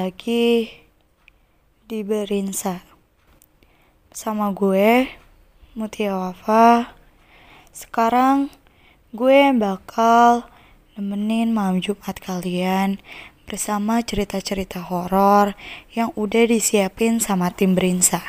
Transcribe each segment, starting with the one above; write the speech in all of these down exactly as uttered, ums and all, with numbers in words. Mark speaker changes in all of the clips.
Speaker 1: lagi di Berinsa sama gue, Mutia Wafa. Sekarang gue bakal nemenin malam Jumat kalian bersama cerita-cerita horor yang udah disiapin sama tim Berinsa.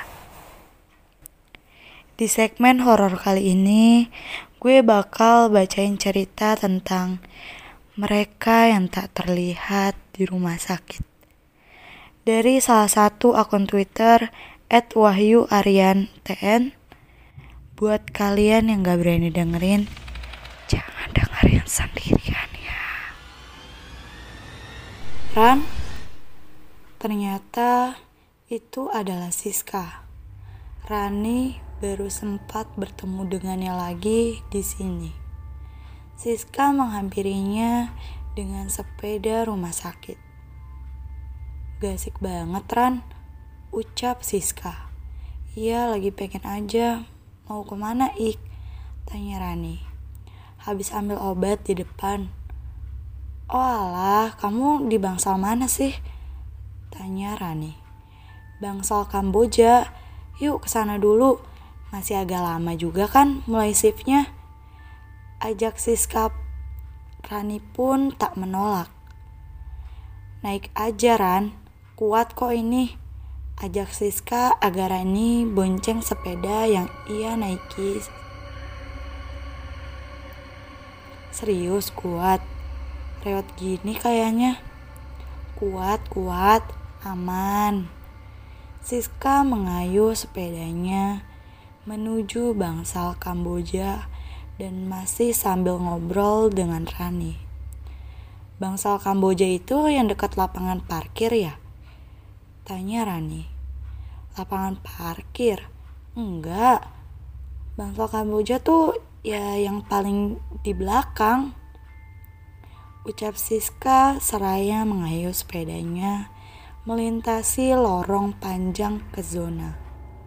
Speaker 1: Di segmen horor kali ini, gue bakal bacain cerita tentang mereka yang tak terlihat di rumah sakit. Dari salah satu akun Twitter et wahyu aryan t n. Buat kalian yang gak berani dengerin, jangan dengerin sendirian ya. Ran, ternyata itu adalah Siska. Rani baru sempat bertemu dengannya lagi di sini. Siska menghampirinya dengan sepeda rumah sakit. Gak asik banget, Ran, ucap Siska. Iya, lagi pengen aja. Mau kemana, Ik? Tanya Rani. Habis ambil obat di depan. Oh alah, kamu di bangsal mana sih? Tanya Rani. Bangsal Kamboja. Yuk kesana dulu. Masih agak lama juga kan mulai shiftnya. Ajak Siska. Rani pun tak menolak. Naik aja, Ran. Kuat kok ini. Ajak Siska agar Rani bonceng sepeda yang ia naiki. Serius kuat. Rewet gini kayaknya. Kuat, kuat, aman. Siska mengayuh sepedanya menuju bangsal Kamboja dan masih sambil ngobrol dengan Rani. Bangsal Kamboja itu yang dekat lapangan parkir ya? Tanya Rani. Lapangan parkir? Enggak. Bangsal Kamboja tuh ya yang paling di belakang. Ucap Siska seraya mengayuh sepedanya melintasi lorong panjang ke zona.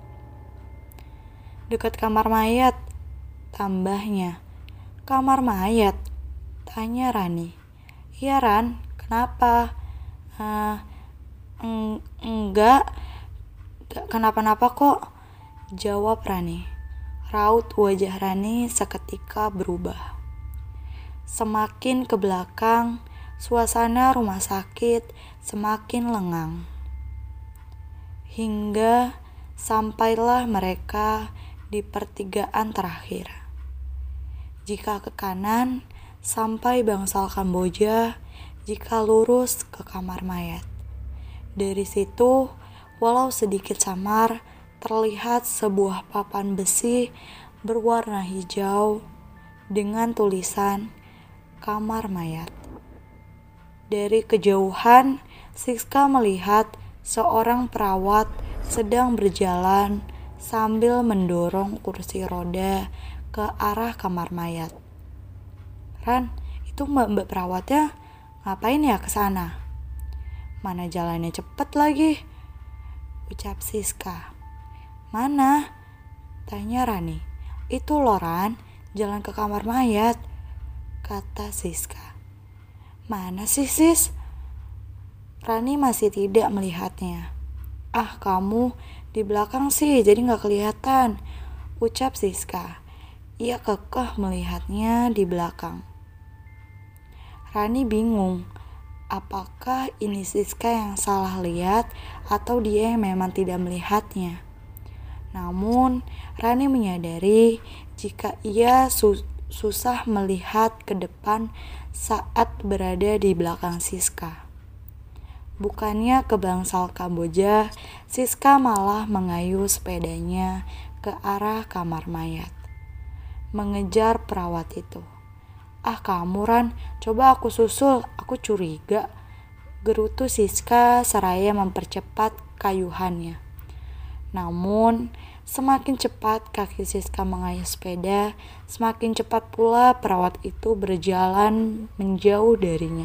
Speaker 1: Dekat kamar mayat, tambahnya. Kamar mayat? Tanya Rani. Iya, Ran, kenapa? Uh, eng- enggak, enggak kenapa-napa kok, jawab Rani. Raut wajah Rani seketika berubah. Semakin ke belakang, suasana rumah sakit semakin lengang. Hingga sampailah mereka di pertigaan terakhir. Jika ke kanan, sampai bangsal Kamboja, jika lurus ke kamar mayat. Dari situ, walau sedikit samar, terlihat sebuah papan besi berwarna hijau dengan tulisan kamar mayat. Dari kejauhan, Siska melihat seorang perawat sedang berjalan sambil mendorong kursi roda ke arah kamar mayat. Ran, itu mbak-mbak perawatnya ngapain ya ke sana? Mana jalannya cepet lagi? Ucap Siska. Mana? Tanya Rani. Itu loh, Ran, jalan ke kamar mayat, kata Siska. Mana sih, Sis? Rani masih tidak melihatnya. Ah, kamu di belakang sih, jadi gak kelihatan, ucap Siska. Ia kekeh melihatnya di belakang. Rani bingung, apakah ini Siska yang salah lihat atau dia yang memang tidak melihatnya. Namun, Rani menyadari jika ia su- susah melihat ke depan saat berada di belakang Siska. Bukannya ke bangsal Kamboja, Siska malah mengayuh sepedanya ke arah kamar mayat, mengejar perawat itu. Ah kamu, Ran, coba aku susul, aku curiga, gerutu Siska seraya mempercepat kayuhannya. Namun, semakin cepat kaki Siska mengayuh sepeda, semakin cepat pula perawat itu berjalan menjauh darinya.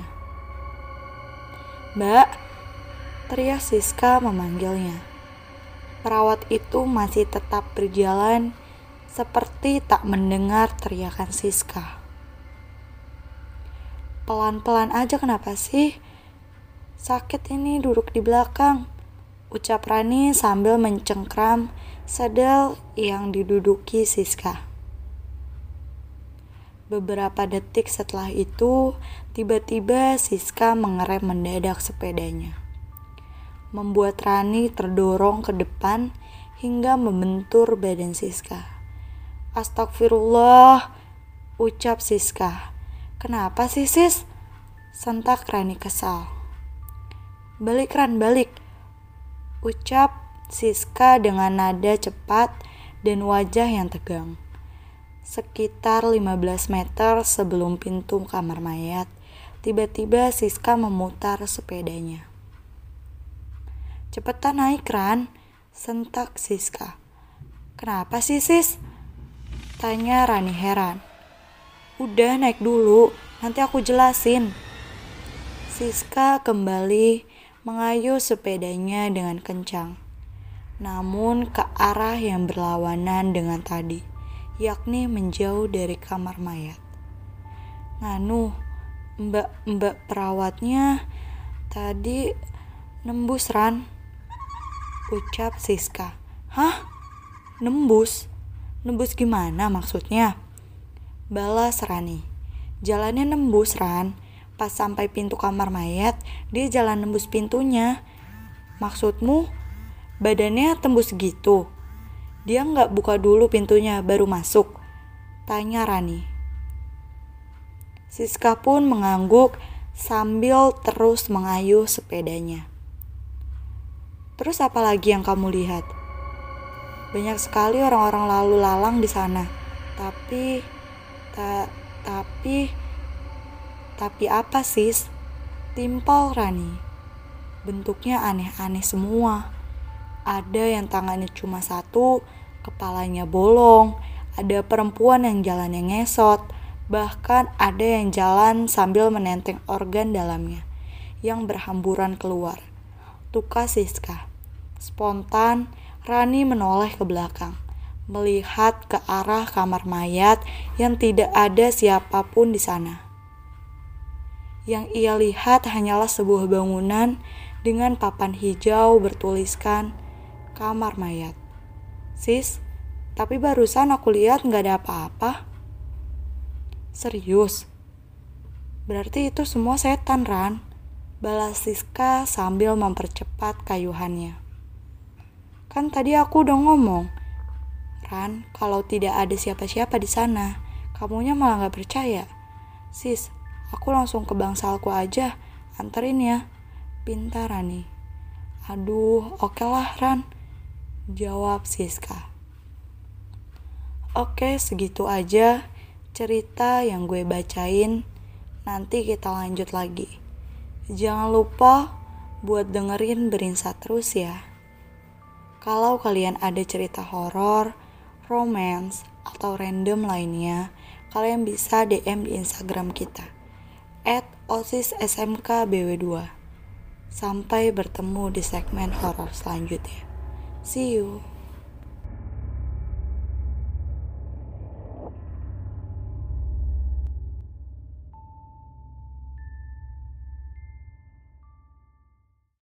Speaker 1: Mbak, teriak Siska memanggilnya. Perawat itu masih tetap berjalan seperti tak mendengar teriakan Siska. Pelan-pelan aja kenapa sih? Sakit ini duduk di belakang, ucap Rani sambil mencengkram sedel yang diduduki Siska. Beberapa detik setelah itu, tiba-tiba Siska mengerem mendadak sepedanya, membuat Rani terdorong ke depan hingga membentur badan Siska. Astagfirullah, ucap Siska. Kenapa sih sis? Sentak Rani kesal. Balik Ran, balik, ucap Siska dengan nada cepat dan wajah yang tegang. Sekitar lima belas meter sebelum pintu kamar mayat, tiba-tiba Siska memutar sepedanya. Cepetan naik Ran, sentak Siska. Kenapa sih sis? Tanya Rani heran. Udah naik dulu, nanti aku jelasin. Siska kembali mengayuh sepedanya dengan kencang, namun ke arah yang berlawanan dengan tadi, yakni menjauh dari kamar mayat. Nganu, mbak-mbak perawatnya tadi nembus Ran, ucap Siska. Hah? Nembus? Nembus gimana maksudnya? Balas Rani. Jalannya nembus Ran. Pas sampai pintu kamar mayat, dia jalan nembus pintunya. Maksudmu, badannya tembus gitu? Dia nggak buka dulu pintunya baru masuk? Tanya Rani. Siska pun mengangguk sambil terus mengayuh sepedanya. Terus apa lagi yang kamu lihat? Banyak sekali orang-orang lalu lalang di sana. Tapi, ta, tapi... Tapi apa sis? Timpal Rani. Bentuknya aneh-aneh semua. Ada yang tangannya cuma satu, kepalanya bolong. Ada perempuan yang jalannya ngesot. Bahkan ada yang jalan sambil menenteng organ dalamnya yang berhamburan keluar. Tuka Siska. Spontan, Rani menoleh ke belakang, melihat ke arah kamar mayat yang tidak ada siapapun di sana. Yang ia lihat hanyalah sebuah bangunan dengan papan hijau bertuliskan kamar mayat. Sis, tapi barusan aku lihat gak ada apa-apa. Serius? Berarti itu semua setan Ran, balas Siska sambil mempercepat kayuhannya. Kan tadi aku udah ngomong, Ran, kalau tidak ada siapa-siapa di sana, kamunya malah gak percaya. Sis, aku langsung ke bangsalku aja, anterin ya. Pintar Rani. Aduh, oke lah Ran, jawab Siska. Oke, segitu aja cerita yang gue bacain. Nanti kita lanjut lagi. Jangan lupa buat dengerin Berinsa terus ya. Kalau kalian ada cerita horor, romance, atau random lainnya, kalian bisa D M di Instagram kita at osis s m k b w dua. Sampai bertemu di segmen horor selanjutnya. See you.